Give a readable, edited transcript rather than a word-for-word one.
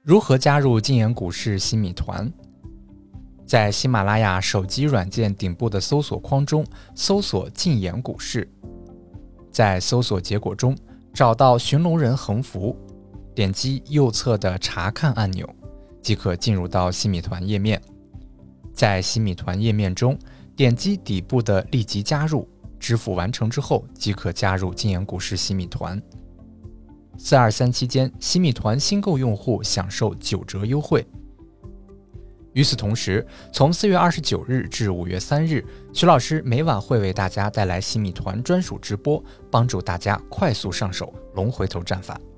如何加入禁言股市新米团？在喜马拉雅手机软件顶部的搜索框中搜索禁言股市，在搜索结果中找到寻龙人横幅，点击右侧的查看按钮，即可进入到新米团页面。在新米团页面中点击底部的立即加入，支付完成之后即可加入禁言股市新米团。423期间，新米团新购用户享受9折优惠。与此同时，从4月29日至5月3日，徐老师每晚会为大家带来新米团专属直播，帮助大家快速上手龙回头战法。